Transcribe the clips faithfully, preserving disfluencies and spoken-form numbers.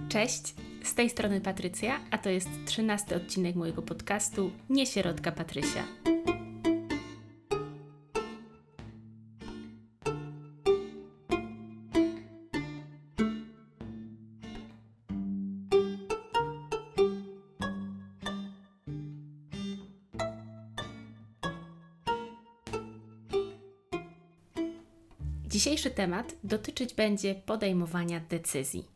Cześć, z tej strony Patrycja, a to jest trzynasty odcinek mojego podcastu Niesierotka Patrysia. Dzisiejszy temat dotyczyć będzie podejmowania decyzji.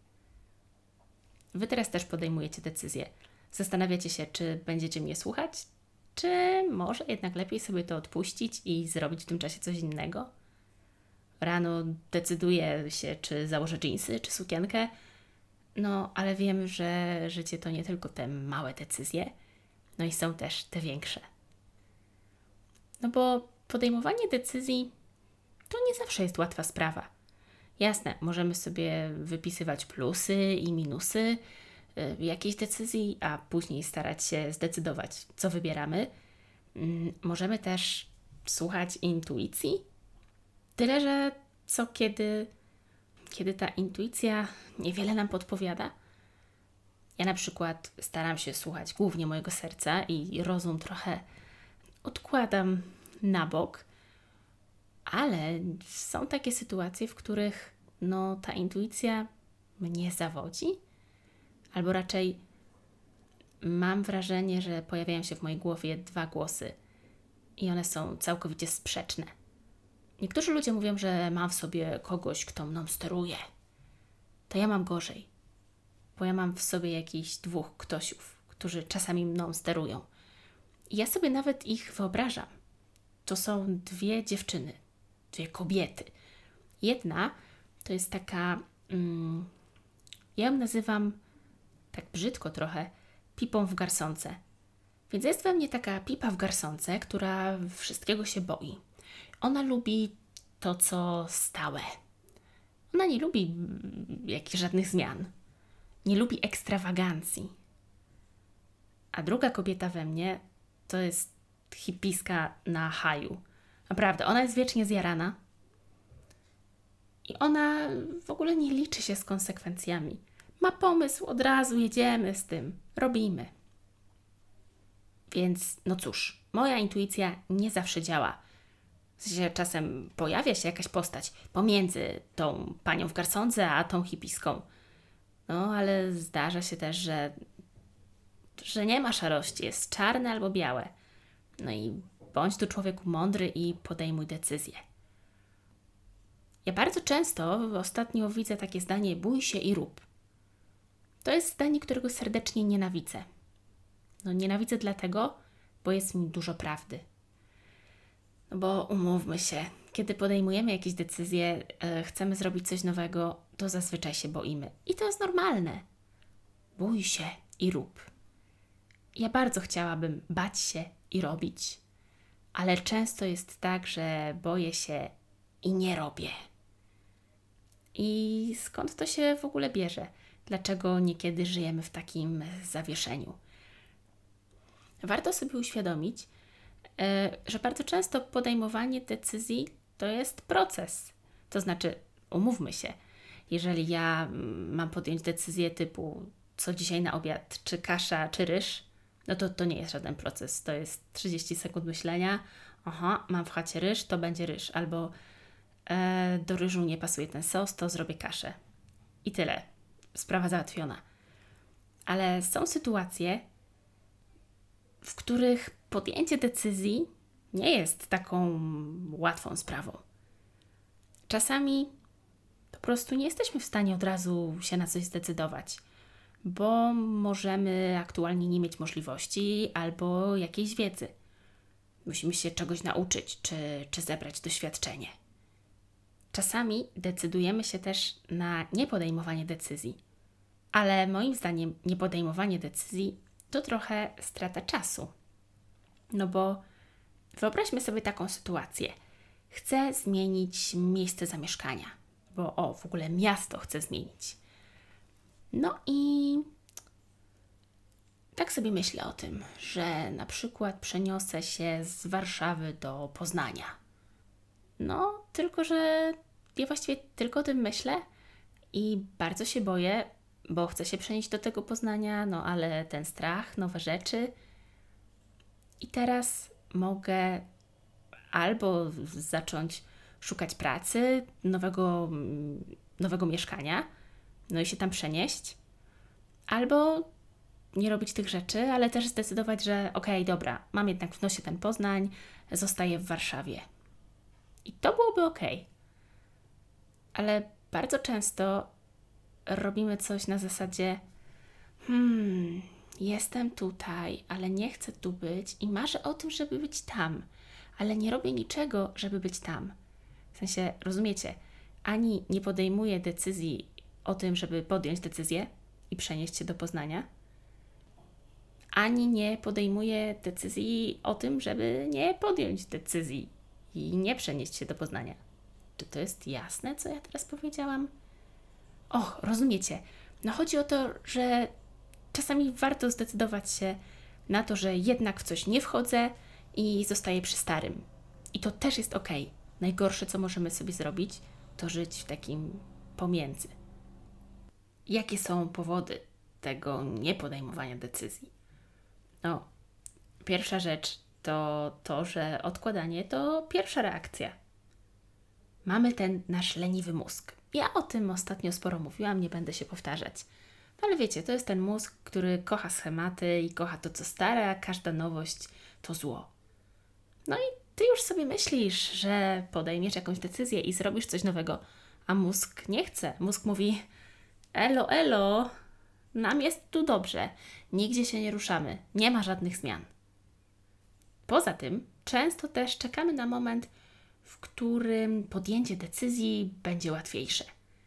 Wy teraz też podejmujecie decyzje. Zastanawiacie się, czy będziecie mnie słuchać, czy może jednak lepiej sobie to odpuścić i zrobić w tym czasie coś innego? Rano decyduję się, czy założę dżinsy, czy sukienkę, no ale wiem, że życie to nie tylko te małe decyzje, no i są też te większe. No bo podejmowanie decyzji to nie zawsze jest łatwa sprawa. Jasne, możemy sobie wypisywać plusy i minusy y, jakiejś decyzji, a później starać się zdecydować, co wybieramy. Mm, możemy też słuchać intuicji. Tyle, że co kiedy, kiedy ta intuicja niewiele nam podpowiada. Ja na przykład staram się słuchać głównie mojego serca i rozum trochę odkładam na bok. Ale są takie sytuacje, w których no, ta intuicja mnie zawodzi, albo raczej mam wrażenie, że pojawiają się w mojej głowie dwa głosy i one są całkowicie sprzeczne. Niektórzy ludzie mówią, że mam w sobie kogoś, kto mną steruje. To ja mam gorzej, bo ja mam w sobie jakichś dwóch ktosiów, którzy czasami mną sterują. I ja sobie nawet ich wyobrażam. To są dwie dziewczyny. Dwie kobiety. Jedna to jest taka, mm, ja ją nazywam tak brzydko trochę, pipą w garsonce. Więc jest we mnie taka pipa w garsonce, która wszystkiego się boi. Ona lubi to, co stałe. Ona nie lubi mm, jakichś żadnych zmian. Nie lubi ekstrawagancji. A druga kobieta we mnie to jest hipiska na haju. Naprawdę, ona jest wiecznie zjarana i ona w ogóle nie liczy się z konsekwencjami. Ma pomysł, od razu jedziemy z tym, robimy. Więc no cóż, moja intuicja nie zawsze działa. W sensie czasem pojawia się jakaś postać pomiędzy tą panią w garsonce a tą hipiską. No ale zdarza się też, że, że nie ma szarości, jest czarne albo białe. No i bądź tu człowieku mądry i podejmuj decyzję. Ja bardzo często ostatnio widzę takie zdanie: bój się i rób. To jest zdanie, którego serdecznie nienawidzę. No nienawidzę dlatego, bo jest w nim dużo prawdy. No bo umówmy się, kiedy podejmujemy jakieś decyzje, e, chcemy zrobić coś nowego, to zazwyczaj się boimy. I to jest normalne. Bój się i rób. Ja bardzo chciałabym bać się i robić. Ale często jest tak, że boję się i nie robię. I skąd to się w ogóle bierze? Dlaczego niekiedy żyjemy w takim zawieszeniu? Warto sobie uświadomić, że bardzo często podejmowanie decyzji to jest proces. To znaczy, umówmy się, jeżeli ja mam podjąć decyzję typu co dzisiaj na obiad, czy kasza, czy ryż, no to to nie jest żaden proces. To jest trzydzieści sekund myślenia. Aha, mam w chacie ryż, to będzie ryż. Albo e, do ryżu nie pasuje ten sos, to zrobię kaszę. I tyle. Sprawa załatwiona. Ale są sytuacje, w których podjęcie decyzji nie jest taką łatwą sprawą. Czasami po prostu nie jesteśmy w stanie od razu się na coś zdecydować, bo możemy aktualnie nie mieć możliwości albo jakiejś wiedzy. Musimy się czegoś nauczyć, czy, czy zebrać doświadczenie. Czasami decydujemy się też na niepodejmowanie decyzji, ale moim zdaniem niepodejmowanie decyzji to trochę strata czasu. No bo wyobraźmy sobie taką sytuację. Chcę zmienić miejsce zamieszkania, bo o, w ogóle miasto chcę zmienić. No i tak sobie myślę o tym, że na przykład przeniosę się z Warszawy do Poznania. No, tylko że ja właściwie tylko o tym myślę i bardzo się boję, bo chcę się przenieść do tego Poznania, no ale ten strach, nowe rzeczy. I teraz mogę albo zacząć szukać pracy, nowego, nowego mieszkania, no i się tam przenieść, albo nie robić tych rzeczy, ale też zdecydować, że okej, okay, dobra, mam jednak w nosie ten Poznań, zostaję w Warszawie. I to byłoby okej. Okay. Ale bardzo często robimy coś na zasadzie hmm, jestem tutaj, ale nie chcę tu być i marzę o tym, żeby być tam, ale nie robię niczego, żeby być tam. W sensie, rozumiecie, ani nie podejmuję decyzji o tym, żeby podjąć decyzję i przenieść się do Poznania, ani nie podejmuję decyzji o tym, żeby nie podjąć decyzji i nie przenieść się do Poznania. Czy to jest jasne, co ja teraz powiedziałam? Och, rozumiecie. No chodzi o to, że czasami warto zdecydować się na to, że jednak w coś nie wchodzę i zostaję przy starym. I to też jest okej. Okay. Najgorsze, co możemy sobie zrobić, to żyć w takim pomiędzy. Jakie są powody tego niepodejmowania decyzji? No, pierwsza rzecz to to, że odkładanie to pierwsza reakcja. Mamy ten nasz leniwy mózg. Ja o tym ostatnio sporo mówiłam, nie będę się powtarzać. Ale wiecie, to jest ten mózg, który kocha schematy i kocha to, co stare, a każda nowość to zło. No i ty już sobie myślisz, że podejmiesz jakąś decyzję i zrobisz coś nowego, a mózg nie chce. Mózg mówi, elo, elo, nam jest tu dobrze, nigdzie się nie ruszamy, nie ma żadnych zmian. Poza tym, często też czekamy na moment, w którym podjęcie decyzji będzie łatwiejsze.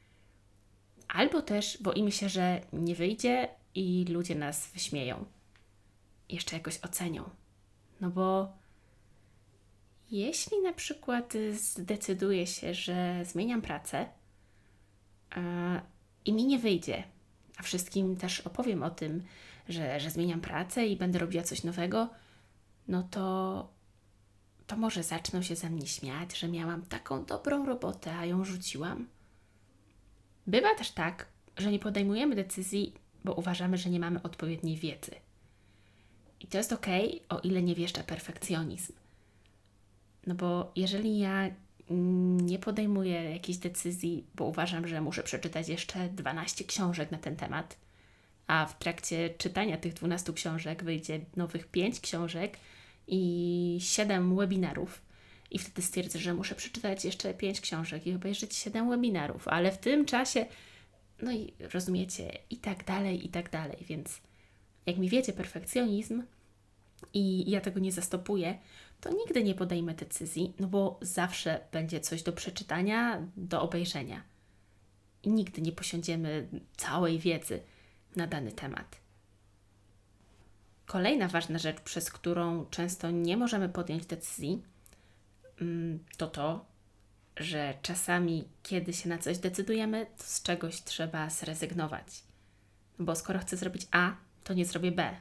Albo też boimy się, że nie wyjdzie i ludzie nas wyśmieją. Jeszcze jakoś ocenią. No bo jeśli na przykład zdecyduję się, że zmieniam pracę yy, i mi nie wyjdzie, a wszystkim też opowiem o tym, że, że zmieniam pracę i będę robiła coś nowego, no to, to może zaczną się ze mnie śmiać, że miałam taką dobrą robotę, a ją rzuciłam. Bywa też tak, że nie podejmujemy decyzji, bo uważamy, że nie mamy odpowiedniej wiedzy. I to jest okej, o ile nie wieszcza perfekcjonizm. No bo jeżeli ja nie podejmuję jakiejś decyzji, bo uważam, że muszę przeczytać jeszcze dwanaście książek na ten temat, a w trakcie czytania tych dwunastu książek wyjdzie nowych pięć książek i siedem webinarów, i wtedy stwierdzę, że muszę przeczytać jeszcze pięć książek i obejrzeć siedem webinarów, ale w tym czasie, no i rozumiecie, i tak dalej, i tak dalej. Więc jak mi wiecie perfekcjonizm i ja tego nie zastopuję, to nigdy nie podejmę decyzji, no bo zawsze będzie coś do przeczytania, do obejrzenia. I nigdy nie posiądziemy całej wiedzy na dany temat. Kolejna ważna rzecz, przez którą często nie możemy podjąć decyzji, to to, że czasami, kiedy się na coś decydujemy, to z czegoś trzeba zrezygnować. Bo skoro chcę zrobić A, to nie zrobię B.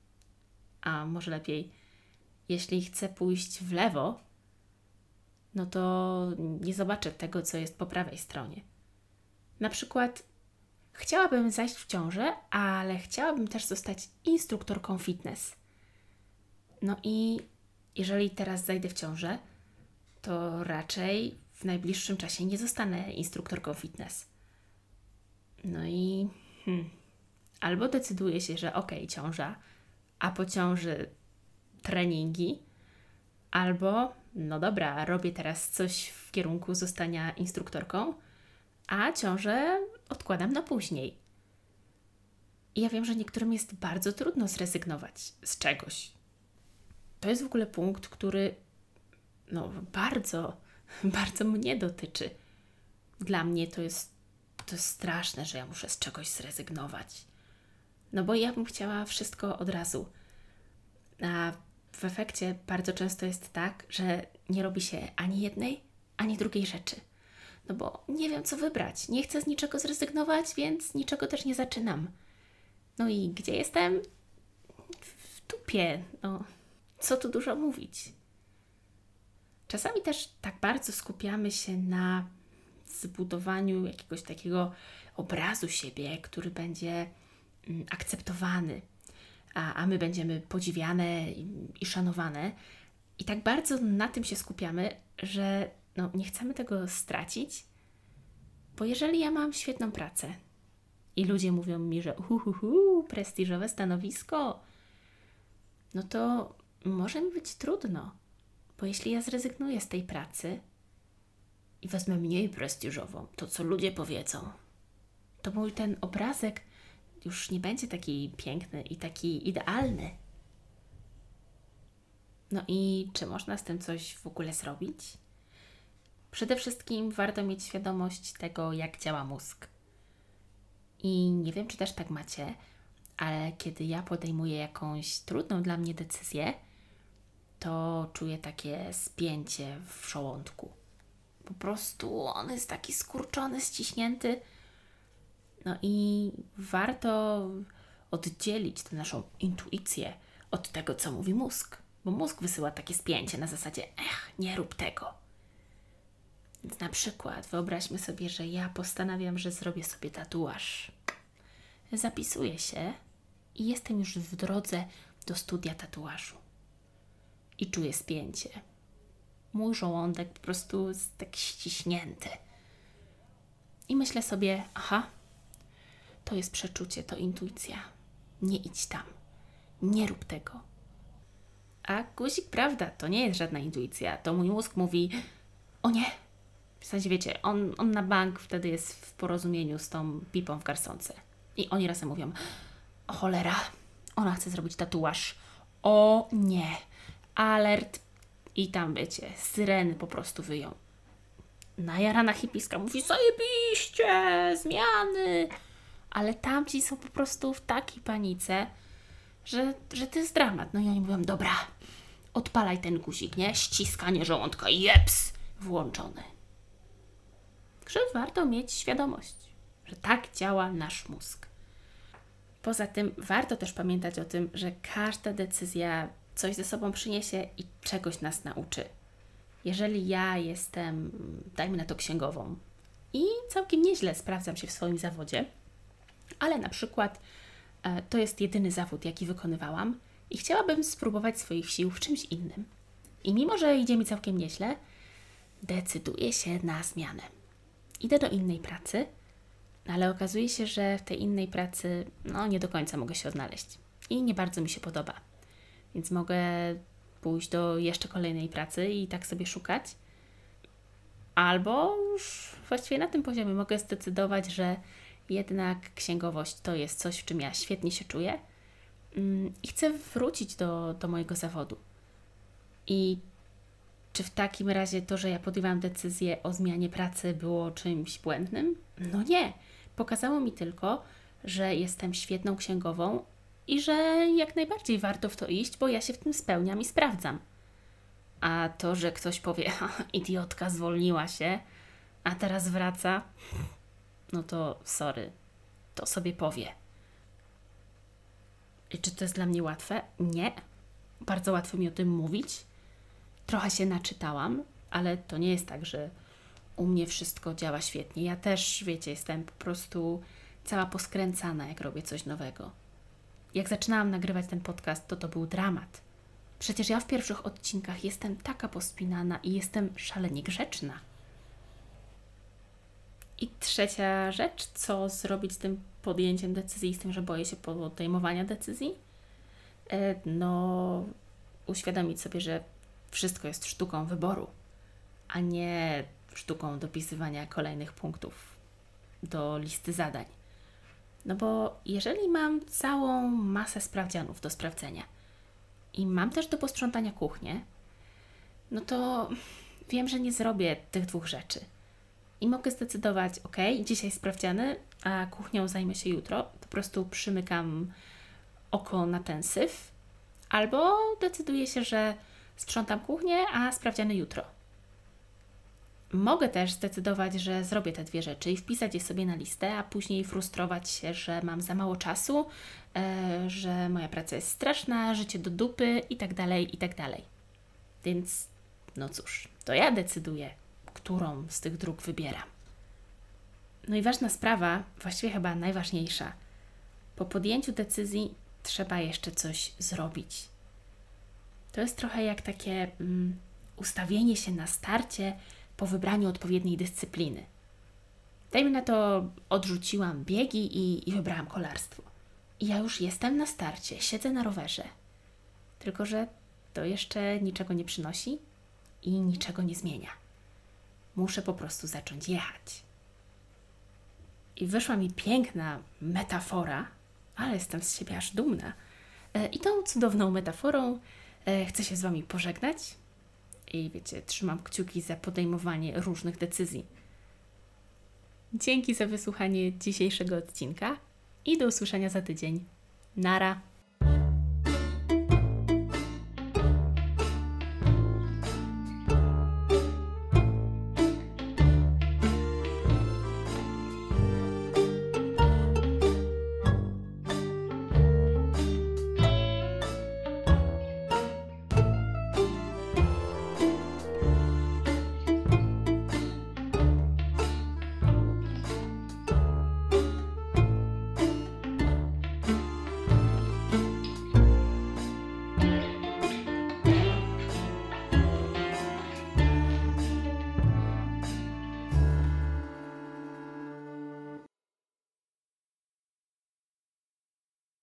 A może lepiej, jeśli chcę pójść w lewo, no to nie zobaczę tego, co jest po prawej stronie. Na przykład chciałabym zajść w ciążę, ale chciałabym też zostać instruktorką fitness. No i jeżeli teraz zajdę w ciążę, to raczej w najbliższym czasie nie zostanę instruktorką fitness. No i hmm, albo decyduję się, że okej, okay, ciąża, a po ciąży treningi, albo no dobra, robię teraz coś w kierunku zostania instruktorką, a ciążę odkładam na później. I ja wiem, że niektórym jest bardzo trudno zrezygnować z czegoś. To jest w ogóle punkt, który no bardzo, bardzo mnie dotyczy. Dla mnie to jest, to jest straszne, że ja muszę z czegoś zrezygnować. No bo ja bym chciała wszystko od razu. A w efekcie bardzo często jest tak, że nie robi się ani jednej, ani drugiej rzeczy. No bo nie wiem, co wybrać. Nie chcę z niczego zrezygnować, więc niczego też nie zaczynam. No i gdzie jestem? W dupie. No, co tu dużo mówić. Czasami też tak bardzo skupiamy się na zbudowaniu jakiegoś takiego obrazu siebie, który będzie mm, akceptowany, a, a my będziemy podziwiane i, i szanowane. I tak bardzo na tym się skupiamy, że no, nie chcemy tego stracić, bo jeżeli ja mam świetną pracę i ludzie mówią mi, że uhuhu, prestiżowe stanowisko, no to może mi być trudno, bo jeśli ja zrezygnuję z tej pracy i wezmę mniej prestiżową, to co ludzie powiedzą, to mój ten obrazek już nie będzie taki piękny i taki idealny. No i czy można z tym coś w ogóle zrobić? Przede wszystkim warto mieć świadomość tego, jak działa mózg. I nie wiem, czy też tak macie, ale kiedy ja podejmuję jakąś trudną dla mnie decyzję, to czuję takie spięcie w żołądku. Po prostu on jest taki skurczony, ściśnięty. No i warto oddzielić tę naszą intuicję od tego, co mówi mózg. Bo mózg wysyła takie spięcie na zasadzie, ech, nie rób tego. Więc na przykład wyobraźmy sobie, że ja postanawiam, że zrobię sobie tatuaż. Zapisuję się i jestem już w drodze do studia tatuażu. I czuję spięcie. Mój żołądek po prostu jest tak ściśnięty. I myślę sobie, aha, to jest przeczucie, to intuicja. Nie idź tam. Nie rób tego. A guzik, prawda, to nie jest żadna intuicja. To mój mózg mówi, o nie. W sensie, wiecie, on, on na bank wtedy jest w porozumieniu z tą pipą w garsonce. I oni razem mówią, o cholera, ona chce zrobić tatuaż. O nie, alert. I tam, wiecie, syreny po prostu wyją. Najarana hipiska mówi, zajebiście, zmiany. Ale tamci są po prostu w takiej panice, że, że to jest dramat. No i oni mówią, dobra, odpalaj ten guzik, nie? Ściskanie żołądka, jeps, włączony. Także warto mieć świadomość, że tak działa nasz mózg. Poza tym warto też pamiętać o tym, że każda decyzja coś ze sobą przyniesie i czegoś nas nauczy. Jeżeli ja jestem, dajmy na to księgową i całkiem nieźle sprawdzam się w swoim zawodzie, ale na przykład e, to jest jedyny zawód, jaki wykonywałam i chciałabym spróbować swoich sił w czymś innym. I mimo, że idzie mi całkiem nieźle, decyduję się na zmianę. Idę do innej pracy, ale okazuje się, że w tej innej pracy no, nie do końca mogę się odnaleźć i nie bardzo mi się podoba. Więc mogę pójść do jeszcze kolejnej pracy i tak sobie szukać. Albo już właściwie na tym poziomie mogę zdecydować, że jednak księgowość to jest coś, w czym ja świetnie się czuję i chcę wrócić do, do mojego zawodu. I czy w takim razie to, że ja podjęłam decyzję o zmianie pracy było czymś błędnym? No nie. Pokazało mi tylko, że jestem świetną księgową i że jak najbardziej warto w to iść, bo ja się w tym spełniam i sprawdzam. A to, że ktoś powie, idiotka zwolniła się, a teraz wraca, no to sorry, to sobie powie. I czy to jest dla mnie łatwe? Nie. Bardzo łatwo mi o tym mówić. Trochę się naczytałam, ale to nie jest tak, że u mnie wszystko działa świetnie. Ja też, wiecie, jestem po prostu cała poskręcana, jak robię coś nowego. Jak zaczynałam nagrywać ten podcast, to to był dramat. Przecież ja w pierwszych odcinkach jestem taka pospinana i jestem szalenie grzeczna. I trzecia rzecz, co zrobić z tym podjęciem decyzji, z tym, że boję się podejmowania decyzji? No, uświadomić sobie, że wszystko jest sztuką wyboru, a nie sztuką dopisywania kolejnych punktów do listy zadań. No bo jeżeli mam całą masę sprawdzianów do sprawdzenia i mam też do posprzątania kuchnię, no to wiem, że nie zrobię tych dwóch rzeczy. I mogę zdecydować, ok, dzisiaj sprawdziany, a kuchnią zajmę się jutro. Po prostu przymykam oko na ten syf. Albo decyduję się, że sprzątam kuchnię, a sprawdziany jutro. Mogę też zdecydować, że zrobię te dwie rzeczy i wpisać je sobie na listę, a później frustrować się, że mam za mało czasu, e, że moja praca jest straszna, życie do dupy i tak dalej, i tak dalej. Więc no cóż, to ja decyduję, którą z tych dróg wybieram. No i ważna sprawa, właściwie chyba najważniejsza. Po podjęciu decyzji trzeba jeszcze coś zrobić. To jest trochę jak takie mm, ustawienie się na starcie po wybraniu odpowiedniej dyscypliny. Dajmy na to, odrzuciłam biegi i, i wybrałam kolarstwo. I ja już jestem na starcie, siedzę na rowerze. Tylko że to jeszcze niczego nie przynosi i niczego nie zmienia. Muszę po prostu zacząć jechać. I wyszła mi piękna metafora, ale jestem z siebie aż dumna. I tą cudowną metaforą chcę się z Wami pożegnać. I wiecie, trzymam kciuki za podejmowanie różnych decyzji. Dzięki za wysłuchanie dzisiejszego odcinka i do usłyszenia za tydzień. Nara!